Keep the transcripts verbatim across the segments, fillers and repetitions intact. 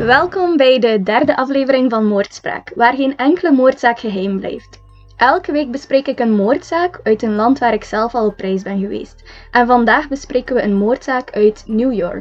Welkom bij de derde aflevering van Moordspraak, waar geen enkele moordzaak geheim blijft. Elke week bespreek ik een moordzaak uit een land waar ik zelf al op reis ben geweest. En vandaag bespreken we een moordzaak uit New York.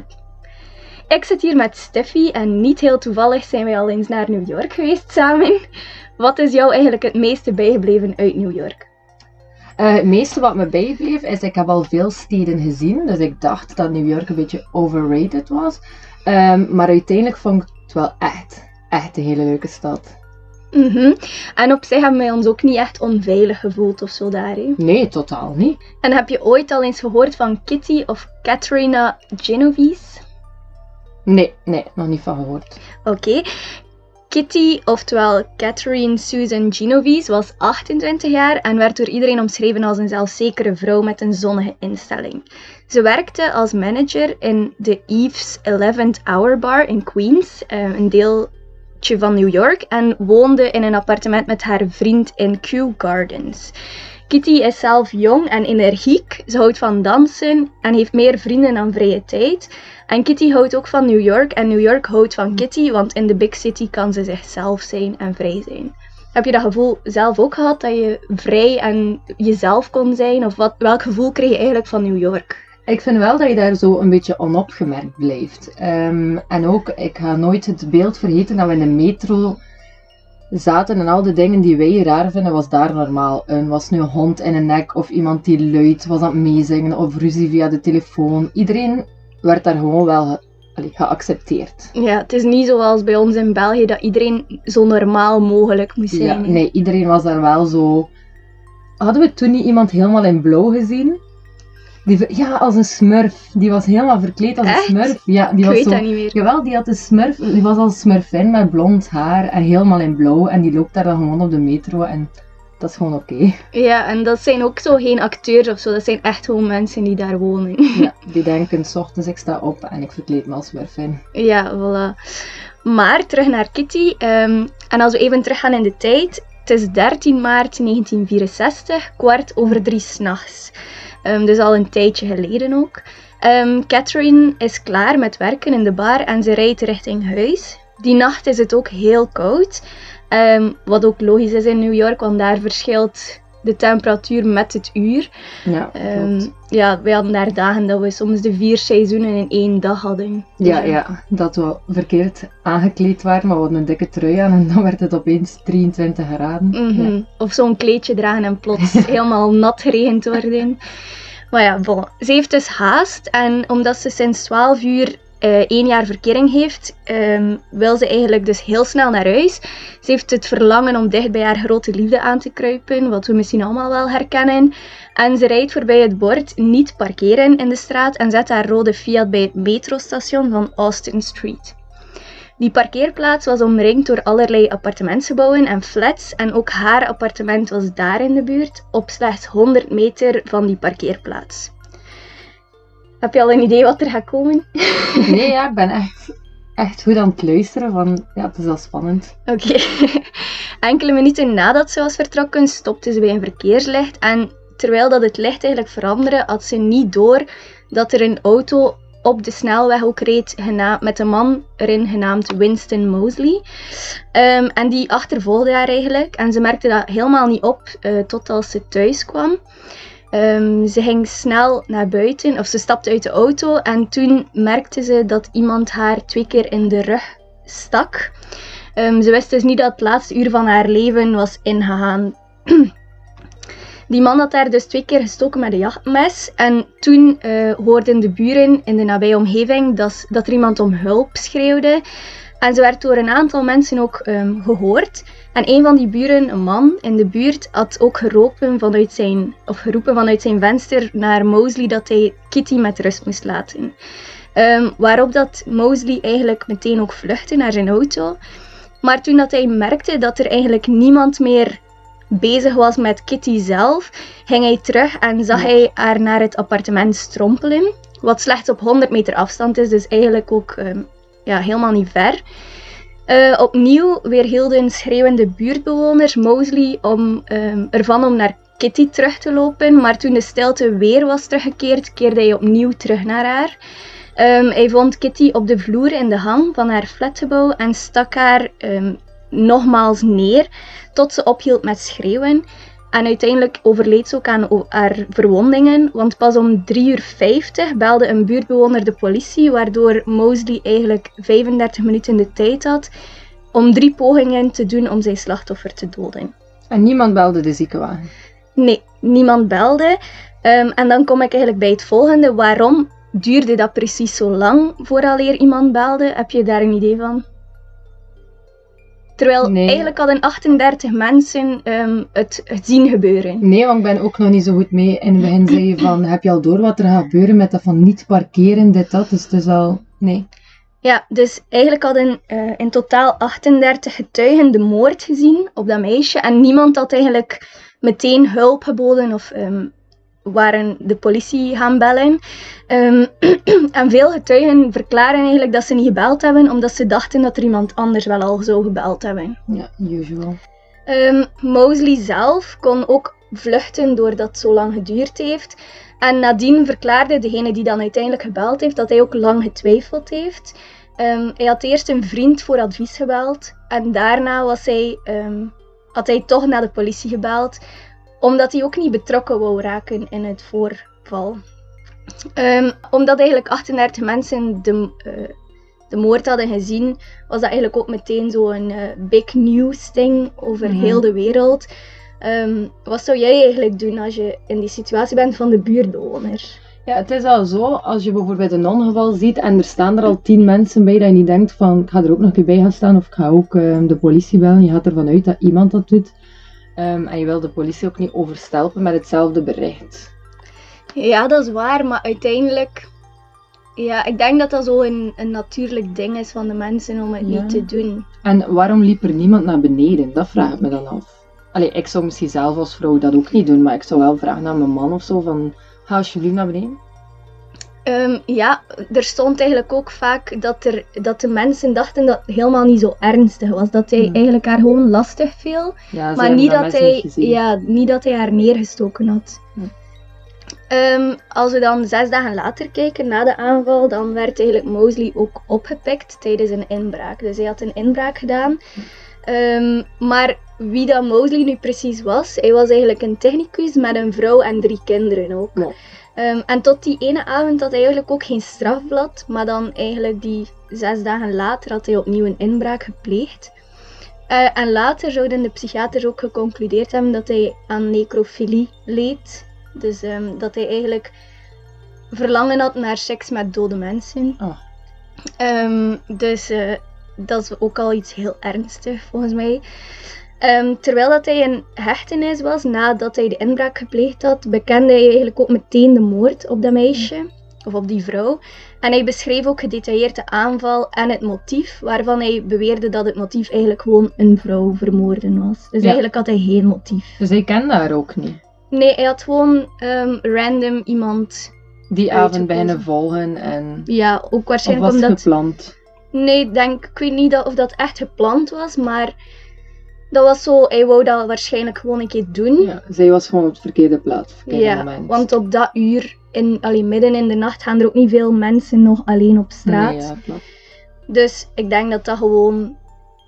Ik zit hier met Steffi en niet heel toevallig zijn wij al eens naar New York geweest samen. Wat is jou eigenlijk het meeste bijgebleven uit New York? Uh, het meeste wat me bijbleef is, ik heb al veel steden gezien, dus ik dacht dat New York een beetje overrated was. Um, maar uiteindelijk vond ik het wel echt, echt een hele leuke stad. Mm-hmm. En op zich hebben wij ons ook niet echt onveilig gevoeld of zo daar, hè? Nee, totaal niet. En heb je ooit al eens gehoord van Kitty of Katerina Genovese? Nee, nee, nog niet van gehoord. Oké. Okay. Kitty, oftewel Catherine Susan Genovese, was achtentwintig jaar en werd door iedereen omschreven als een zelfzekere vrouw met een zonnige instelling. Ze werkte als manager in de Eve's eleventh Hour Bar in Queens, een deeltje van New York, en woonde in een appartement met haar vriend in Kew Gardens. Kitty is zelf jong en energiek, ze houdt van dansen en heeft meer vrienden dan vrije tijd. En Kitty houdt ook van New York en New York houdt van Kitty, want in de big city kan ze zichzelf zijn en vrij zijn. Heb je dat gevoel zelf ook gehad, dat je vrij en jezelf kon zijn? Of wat, welk gevoel kreeg je eigenlijk van New York? Ik vind wel dat je daar zo een beetje onopgemerkt blijft. Um, en ook, ik ga nooit het beeld vergeten dat we in de metro zaten en al de dingen die wij raar vinden, was daar normaal. Een was nu een hond in een nek of iemand die luid was aan het meezingen of ruzie via de telefoon. Iedereen werd daar gewoon wel ge- allee, geaccepteerd. Ja, het is niet zoals bij ons in België dat iedereen zo normaal mogelijk moest zijn. Ja, nee, iedereen was daar wel zo... Hadden we toen niet iemand helemaal in blauw gezien? Die, ja, als een smurf. Die was helemaal verkleed als Echt? een smurf. Ja, die Ik was weet zo, dat niet meer. Jawel, die had een smurf. Die was als smurfin met blond haar en helemaal in blauw. En die loopt daar dan gewoon op de metro en dat is gewoon oké. Okay. Ja, en dat zijn ook zo geen acteurs of zo. Dat zijn echt gewoon mensen die daar wonen. Ja, die denken, 's ochtends ik sta op en ik verkleed me als smurfin. Ja, voilà. Maar terug naar Kitty. Um, en als we even teruggaan in de tijd. Het is dertien maart negentien vierenzestig, kwart over drie 's nachts. Um, dus al een tijdje geleden ook. Um, Catherine is klaar met werken in de bar en ze rijdt richting huis. Die nacht is het ook heel koud. Um, wat ook logisch is in New York, want daar verschilt de temperatuur met het uur. Ja, um, ja, wij hadden daar dagen dat we soms de vier seizoenen in één dag hadden. Ja, ja, dat we verkeerd aangekleed waren, maar we hadden een dikke trui aan en dan werd het opeens drieëntwintig graden. Mm-hmm. Ja. Of zo'n kleedje dragen en plots helemaal nat geregend worden. Maar ja, bon. Ze heeft dus haast en omdat ze sinds twaalf uur uh, één jaar verkering heeft, um, wil ze eigenlijk dus heel snel naar huis. Ze heeft het verlangen om dicht bij haar grote liefde aan te kruipen, wat we misschien allemaal wel herkennen. En ze rijdt voorbij het bord niet parkeren in de straat en zet haar rode Fiat bij het metrostation van Austin Street. Die parkeerplaats was omringd door allerlei appartementsgebouwen en flats en ook haar appartement was daar in de buurt, op slechts honderd meter van die parkeerplaats. Heb je al een idee wat er gaat komen? Nee, ja, ik ben echt, echt goed aan het luisteren van, ja, het is wel spannend. Oké. Okay. Enkele minuten nadat ze was vertrokken, stopte ze bij een verkeerslicht en terwijl dat het licht eigenlijk veranderde, had ze niet door dat er een auto op de snelweg ook reed gena- met een man erin genaamd Winston Moseley. Um, en die achtervolgde haar eigenlijk. En ze merkte dat helemaal niet op uh, tot als ze thuis kwam. Um, ze ging snel naar buiten, of ze stapte uit de auto. En toen merkte ze dat iemand haar twee keer in de rug stak. Um, ze wist dus niet dat het laatste uur van haar leven was ingegaan. Die man had haar dus twee keer gestoken met een jachtmes. En toen uh, hoorden de buren in de nabije omgeving dat, dat er iemand om hulp schreeuwde. En ze werd door een aantal mensen ook um, gehoord. En een van die buren, een man in de buurt, had ook geroepen vanuit zijn, of geroepen vanuit zijn venster naar Moseley dat hij Kitty met rust moest laten. Um, waarop dat Moseley eigenlijk meteen ook vluchtte naar zijn auto. Maar toen dat hij merkte dat er eigenlijk niemand meer bezig was met Kitty zelf, ging hij terug en zag ja. hij haar naar het appartement strompelen. Wat slechts op honderd meter afstand is, dus eigenlijk ook um, ja, helemaal niet ver. Uh, opnieuw weerhielden schreeuwende buurtbewoners Moseley om, um, ervan om naar Kitty terug te lopen, maar toen de stilte weer was teruggekeerd, keerde hij opnieuw terug naar haar. Um, hij vond Kitty op de vloer in de hang van haar flatgebouw en stak haar um, nogmaals neer, tot ze ophield met schreeuwen. En uiteindelijk overleed ze ook aan haar verwondingen, want pas om drie uur vijftig belde een buurtbewoner de politie, waardoor Moseley eigenlijk vijfendertig minuten de tijd had om drie pogingen te doen om zijn slachtoffer te doden. En niemand belde de ziekenwagen? Nee, niemand belde. Um, en dan kom ik eigenlijk bij het volgende. Waarom duurde dat precies zo lang vooraleer iemand belde? Heb je daar een idee van? Terwijl nee. eigenlijk hadden achtendertig mensen um, het, het zien gebeuren. Nee, want ik ben ook nog niet zo goed mee. In het begin zei je van, heb je al door wat er gaat gebeuren met dat van niet parkeren, dit, dat. Dus het is al... Nee. Ja, dus eigenlijk hadden uh, in totaal achtendertig getuigen de moord gezien op dat meisje. En niemand had eigenlijk meteen hulp geboden of um, waren de politie gaan bellen. Um, en veel getuigen verklaren eigenlijk dat ze niet gebeld hebben, omdat ze dachten dat er iemand anders wel al zou gebeld hebben. Ja, usual. Um, Moseley zelf kon ook vluchten doordat het zo lang geduurd heeft. En nadien verklaarde degene die dan uiteindelijk gebeld heeft dat hij ook lang getwijfeld heeft. Um, hij had eerst een vriend voor advies gebeld en daarna was hij, um, had hij toch naar de politie gebeld, omdat hij ook niet betrokken wou raken in het voorval. Um, omdat eigenlijk achtendertig mensen de, uh, de moord hadden gezien, was dat eigenlijk ook meteen zo'n uh, big news ding over mm-hmm. heel de wereld. Um, wat zou jij eigenlijk doen als je in die situatie bent van de buurtbewoner? Ja, het is al zo, als je bijvoorbeeld een ongeval ziet en er staan er al tien mensen bij, dat je niet denkt van, ik ga er ook nog een keer bij gaan staan of ik ga ook um, de politie bellen. Je gaat ervan uit dat iemand dat doet. Um, en je wil de politie ook niet overstelpen met hetzelfde bericht. Ja, dat is waar, maar uiteindelijk... Ja, ik denk dat dat zo een, een natuurlijk ding is van de mensen om het ja. niet te doen. En waarom liep er niemand naar beneden? Dat vraag ik me dan af. Allee, ik zou misschien zelf als vrouw dat ook niet doen, maar ik zou wel vragen aan mijn man of zo van... Ga alsjeblieft naar beneden. Um, ja, er stond eigenlijk ook vaak dat, er, dat de mensen dachten dat het helemaal niet zo ernstig was. Dat hij hmm. eigenlijk haar gewoon lastig viel. Ja, maar niet dat, hij, ja, niet dat hij haar neergestoken had. Hmm. Um, als we dan zes dagen later kijken, na de aanval, dan werd eigenlijk Moseley ook opgepikt tijdens een inbraak. Dus hij had een inbraak gedaan. Um, maar wie dat Moseley nu precies was, hij was eigenlijk een technicus met een vrouw en drie kinderen ook. Ja. Um, en tot die ene avond had hij eigenlijk ook geen strafblad, maar dan eigenlijk die zes dagen later had hij opnieuw een inbraak gepleegd. Uh, en later zouden de psychiaters ook geconcludeerd hebben dat hij aan necrofilie leed. Dus um, dat hij eigenlijk verlangen had naar seks met dode mensen. Oh. Um, dus uh, dat is ook al iets heel ernstig volgens mij. Um, terwijl dat hij in hechtenis was, nadat hij de inbraak gepleegd had, bekende hij eigenlijk ook meteen de moord op dat meisje, of op die vrouw. En hij beschreef ook gedetailleerd de aanval en het motief, waarvan hij beweerde dat het motief eigenlijk gewoon een vrouw vermoorden was. Dus ja. eigenlijk had hij geen motief. Dus hij kende haar ook niet? Nee, hij had gewoon um, random iemand... Die avond beginnen volgen en... Ja, ook waarschijnlijk of was omdat... gepland? Nee, denk, ik weet niet dat, of dat echt gepland was, maar... Dat was zo, hij wou dat waarschijnlijk gewoon een keer doen. Ja, zij was gewoon op het verkeerde plaats, op het verkeerde ja, moment. Want op dat uur, in, allee, midden in de nacht, gaan er ook niet veel mensen nog alleen op straat. Nee, ja, klopt. Dus ik denk dat dat gewoon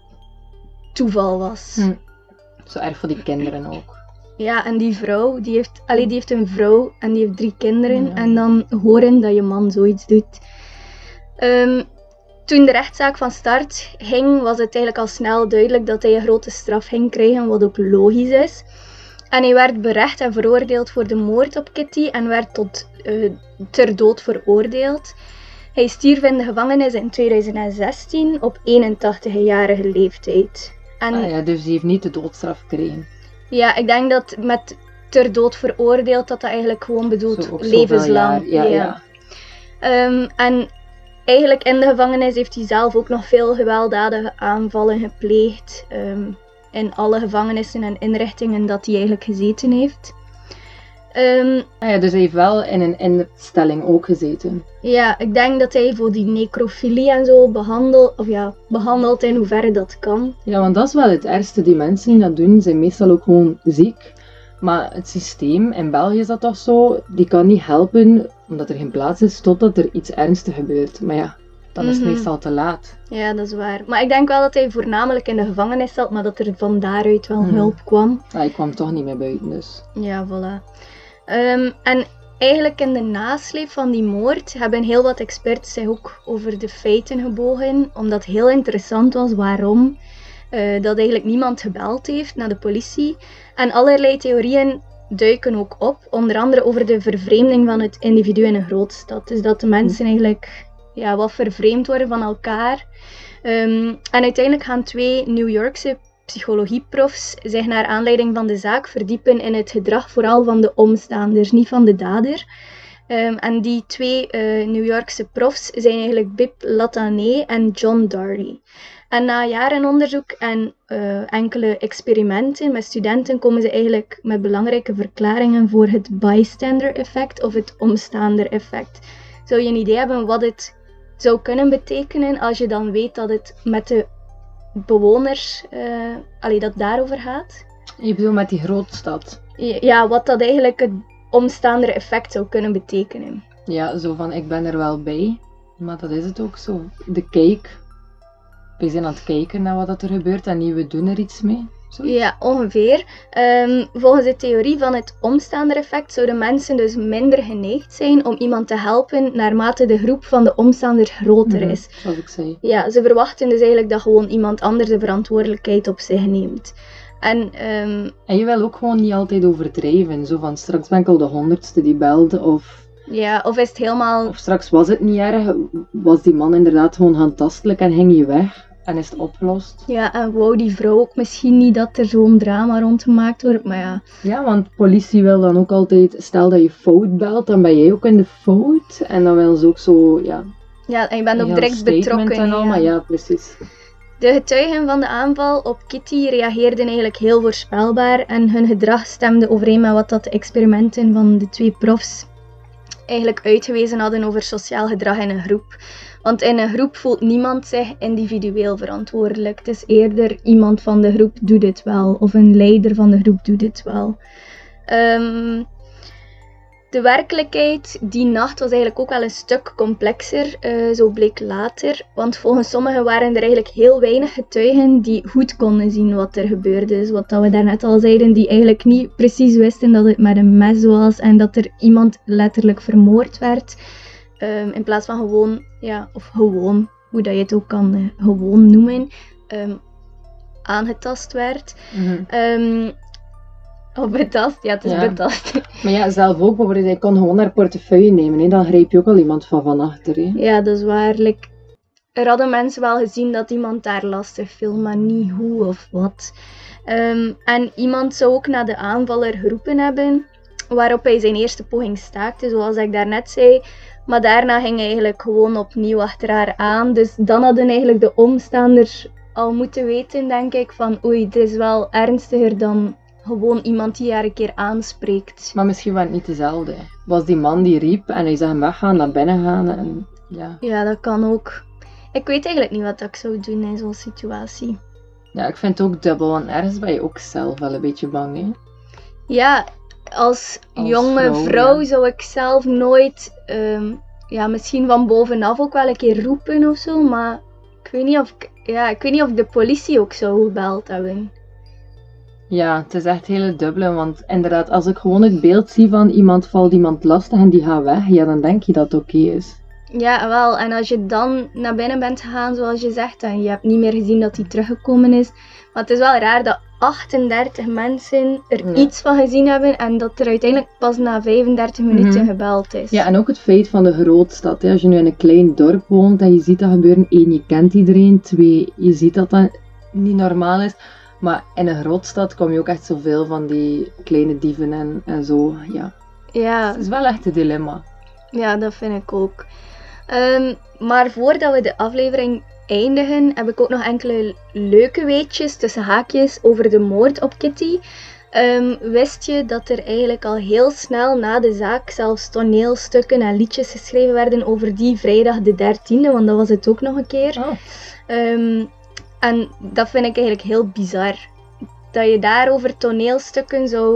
toeval was. Hm. Zo erg voor die kinderen ook. Ja, en die vrouw, die heeft, allee, die heeft een vrouw en die heeft drie kinderen. Ja. En dan horen dat je man zoiets doet. Um, Toen de rechtszaak van start ging, was het eigenlijk al snel duidelijk dat hij een grote straf ging krijgen, wat ook logisch is. En hij werd berecht en veroordeeld voor de moord op Kitty en werd tot uh, ter dood veroordeeld. Hij stierf in de gevangenis in tweeduizend zestien op eenentachtigjarige leeftijd. En, ah ja, dus hij heeft niet de doodstraf gekregen. Ja, ik denk dat met ter dood veroordeeld, dat dat eigenlijk gewoon bedoelt Zo, levenslang. Ja, ja. Ja. Um, en eigenlijk in de gevangenis heeft hij zelf ook nog veel gewelddadige aanvallen gepleegd. Um, in alle gevangenissen en inrichtingen dat hij eigenlijk gezeten heeft. Um, ah ja, dus hij heeft wel in een instelling ook gezeten. Ja, ik denk dat hij voor die necrofilie en zo behandelt, of ja, behandelt in hoeverre dat kan. Ja, want dat is wel het ergste. Die mensen die dat doen, zijn meestal ook gewoon ziek. Maar het systeem, in België is dat toch zo, die kan niet helpen omdat er geen plaats is totdat er iets ernstigs gebeurt. Maar ja, dan is het Mhm. meestal te laat. Ja, dat is waar. Maar ik denk wel dat hij voornamelijk in de gevangenis zat, maar dat er van daaruit wel Mhm. hulp kwam. Ja, ik kwam toch niet meer buiten, dus. Ja, voilà. Ehm, en eigenlijk in de nasleep van die moord hebben heel wat experts zich ook over de feiten gebogen, omdat het heel interessant was waarom eh, dat eigenlijk niemand gebeld heeft naar de politie. En allerlei theorieën duiken ook op, onder andere over de vervreemding van het individu in een grootstad. Dus dat de mensen eigenlijk ja, wat vervreemd worden van elkaar. Ehm, en uiteindelijk gaan twee New Yorkse psychologieprofs zich naar aanleiding van de zaak verdiepen in het gedrag vooral van de omstaanders, niet van de dader. Um, en die twee uh, New Yorkse profs zijn eigenlijk Bip Latané en John Darby. En na jaren onderzoek en uh, enkele experimenten met studenten komen ze eigenlijk met belangrijke verklaringen voor het bystander effect of het omstaander effect. Zou je een idee hebben wat het zou kunnen betekenen als je dan weet dat het met de bewoners, uh, allee, dat daarover gaat? Je bedoelt met die grootstad? Ja, wat dat eigenlijk het omstaander effect zou kunnen betekenen. Ja, zo van ik ben er wel bij, maar dat is het ook zo. De kijk, we zijn aan het kijken naar wat er gebeurt en niet we doen er iets mee. Zoiets. Ja, ongeveer. Um, volgens de theorie van het omstaander effect zouden mensen dus minder geneigd zijn om iemand te helpen naarmate de groep van de omstanders groter Mhm, is. zoals ik zei. Ja, ze verwachten dus eigenlijk dat gewoon iemand anders de verantwoordelijkheid op zich neemt. En, um, en je wil ook gewoon niet altijd overdrijven. Zo van straks ben ik al de honderdste die belde of... Ja, of is het helemaal... Of straks was het niet erg, was die man inderdaad gewoon handtastelijk en ging je weg. En is het opgelost. Ja, en wou die vrouw ook misschien niet dat er zo'n drama rond gemaakt wordt, maar ja. Ja, want politie wil dan ook altijd, stel dat je fout belt, dan ben jij ook in de fout. En dan willen ze ook zo, ja... Ja, en je bent ook direct betrokken. En al, ja. Maar ja, precies. De getuigen van de aanval op Kitty reageerden eigenlijk heel voorspelbaar en hun gedrag stemde overeen met wat dat de experimenten van de twee profs eigenlijk uitgewezen hadden over sociaal gedrag in een groep. Want in een groep voelt niemand zich individueel verantwoordelijk. Het is eerder iemand van de groep doet dit wel, of een leider van de groep doet dit wel. Um, de werkelijkheid die nacht was eigenlijk ook wel een stuk complexer, uh, zo bleek later. Want volgens sommigen waren er eigenlijk heel weinig getuigen die goed konden zien wat er gebeurde. Dus wat dat we daarnet al zeiden, die eigenlijk niet precies wisten dat het met een mes was en dat er iemand letterlijk vermoord werd. Um, in plaats van gewoon, ja, of gewoon, hoe dat je het ook kan uh, gewoon noemen, um, aangetast werd. Mm-hmm. Um, of betast, ja, het is ja. betast. Maar ja, zelf ook, bijvoorbeeld, hij kon gewoon haar portefeuille nemen, hè. Dan greep je ook al iemand van van achter. Hè. Ja, dat is waar. Like, er hadden mensen wel gezien dat iemand daar lastig viel, maar niet hoe of wat. Um, en iemand zou ook naar de aanvaller geroepen hebben, waarop hij zijn eerste poging staakte, zoals ik daarnet zei. Maar daarna ging hij eigenlijk gewoon opnieuw achter haar aan. Dus dan hadden eigenlijk de omstanders al moeten weten, denk ik, van oei, het is wel ernstiger dan gewoon iemand die haar een keer aanspreekt. Maar misschien was het niet dezelfde. Was die man die riep en hij zag hem weggaan, naar binnen gaan en ja. Ja, dat kan ook. Ik weet eigenlijk niet wat ik zou doen in zo'n situatie. Ja, ik vind het ook dubbel, want ergens ben je ook zelf wel een beetje bang, hè? Ja, als, als jonge vrouw, vrouw ja. zou ik zelf nooit, um, ja, misschien van bovenaf ook wel een keer roepen of zo, maar ik weet niet of ik, ja, ik weet niet of ik de politie ook zou gebeld hebben. Ja, het is echt hele dubbele, want inderdaad, als ik gewoon het beeld zie van iemand valt iemand lastig en die gaat weg, ja, dan denk je dat het oké is. Ja, wel, en als je dan naar binnen bent gegaan, zoals je zegt, en je hebt niet meer gezien dat hij teruggekomen is, maar het is wel raar dat achtendertig mensen er ja. iets van gezien hebben en dat er uiteindelijk pas na vijfendertig minuten mm-hmm. gebeld is. Ja, en ook het feit van de grootstad. Hè. Als je nu in een klein dorp woont en je ziet dat gebeuren, één, je kent iedereen, twee, je ziet dat dat niet normaal is. Maar in een grootstad kom je ook echt zoveel van die kleine dieven en, en zo, ja. Ja. Het is wel echt een dilemma. Ja, dat vind ik ook. Um, maar voordat we de aflevering eindigen, heb ik ook nog enkele leuke weetjes, tussen haakjes, over de moord op Kitty. Um, wist je dat er eigenlijk al heel snel na de zaak zelfs toneelstukken en liedjes geschreven werden over die vrijdag de dertiende, want dat was het ook nog een keer. Oh. Um, En dat vind ik eigenlijk heel bizar. Dat je daarover toneelstukken zou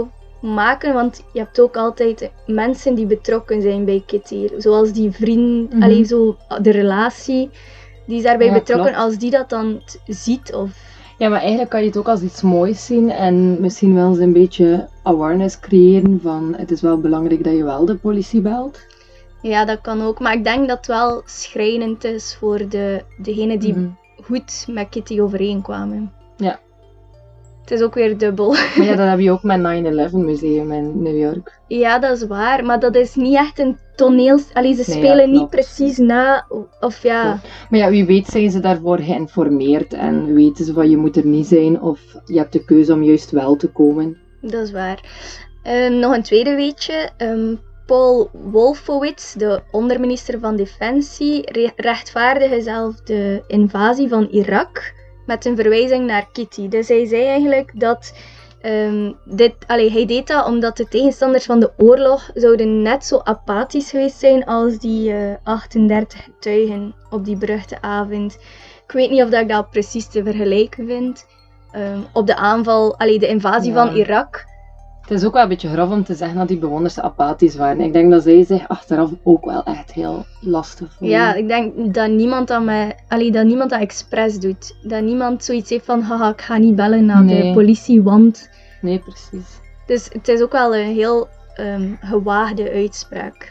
maken, want je hebt ook altijd mensen die betrokken zijn bij Kitty. Zoals die vriend, Mhm. allee, zo, de relatie, die is daarbij Ja, betrokken. klopt. Als die dat dan t- ziet of... Ja, maar eigenlijk kan je het ook als iets moois zien en misschien wel eens een beetje awareness creëren van het is wel belangrijk dat je wel de politie belt. Ja, dat kan ook. Maar ik denk dat het wel schrijnend is voor de, degenen die Mhm. goed met Kitty overeenkwamen. Ja. Het is ook weer dubbel. Maar ja, dat heb je ook met nine eleven museum in New York. Ja, dat is waar. Maar dat is niet echt een toneel... Allee, ze Nee, spelen ja, niet klopt. precies na. Of ja... Maar ja, wie weet zijn ze daarvoor geïnformeerd en weten ze van je moet er niet zijn of je hebt de keuze om juist wel te komen. Dat is waar. Ehm, nog een tweede weetje. Ehm, Paul Wolfowitz, de onderminister van Defensie, re- rechtvaardigde zelf de invasie van Irak met een verwijzing naar Kitty. Dus hij zei eigenlijk dat ehm, dit, allee, hij deed dat omdat de tegenstanders van de oorlog zouden net zo apathisch geweest zijn als die eh, achtendertig getuigen op die beruchte avond. Ik weet niet of dat ik dat precies te vergelijken vind. Ehm, op de aanval, allee, de invasie Ja. van Irak. Het is ook wel een beetje grof om te zeggen dat die bewoners apathisch waren. Ik denk dat zij zich achteraf ook wel echt heel lastig voelen. Ja, ik denk dat niemand dat, met, allee, dat niemand dat expres doet. Dat niemand zoiets heeft van, haha, ik ga niet bellen naar de Nee. politie, want... Nee, precies. Dus het is ook wel een heel ehm, gewaagde uitspraak.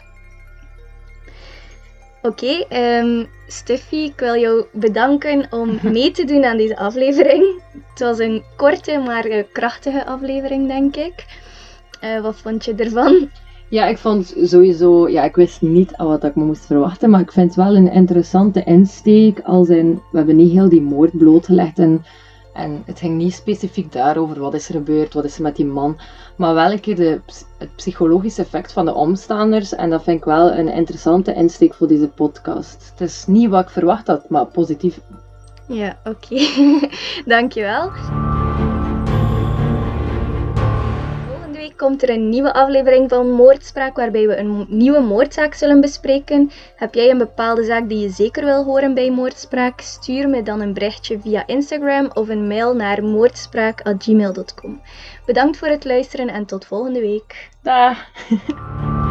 Oké, ehm Steffi, ik wil jou bedanken om mee te doen aan deze aflevering. Het was een korte, maar eh, krachtige aflevering, denk ik. Eh, wat vond je ervan? Ja, ik vond sowieso, ja, ik wist niet al wat ik me moest verwachten, maar ik vind het wel een interessante insteek. Als in, we hebben niet heel die moord blootgelegd en, en het ging niet specifiek daarover wat is er gebeurd, wat is er met die man, maar wel een keer de, ps- het psychologische effect van de omstanders. En dat vind ik wel een interessante insteek voor deze podcast. Het is niet wat ik verwacht had, maar positief. Ja, oké. Dankjewel. Volgende week komt er een nieuwe aflevering van Moordspraak, waarbij we een mo- nieuwe moordzaak zullen bespreken. Heb jij een bepaalde zaak die je zeker wil horen bij Moordspraak? Stuur me dan een berichtje via Instagram of een mail naar moordspraak at gmail dot com. Bedankt voor het luisteren en tot volgende week. Dag!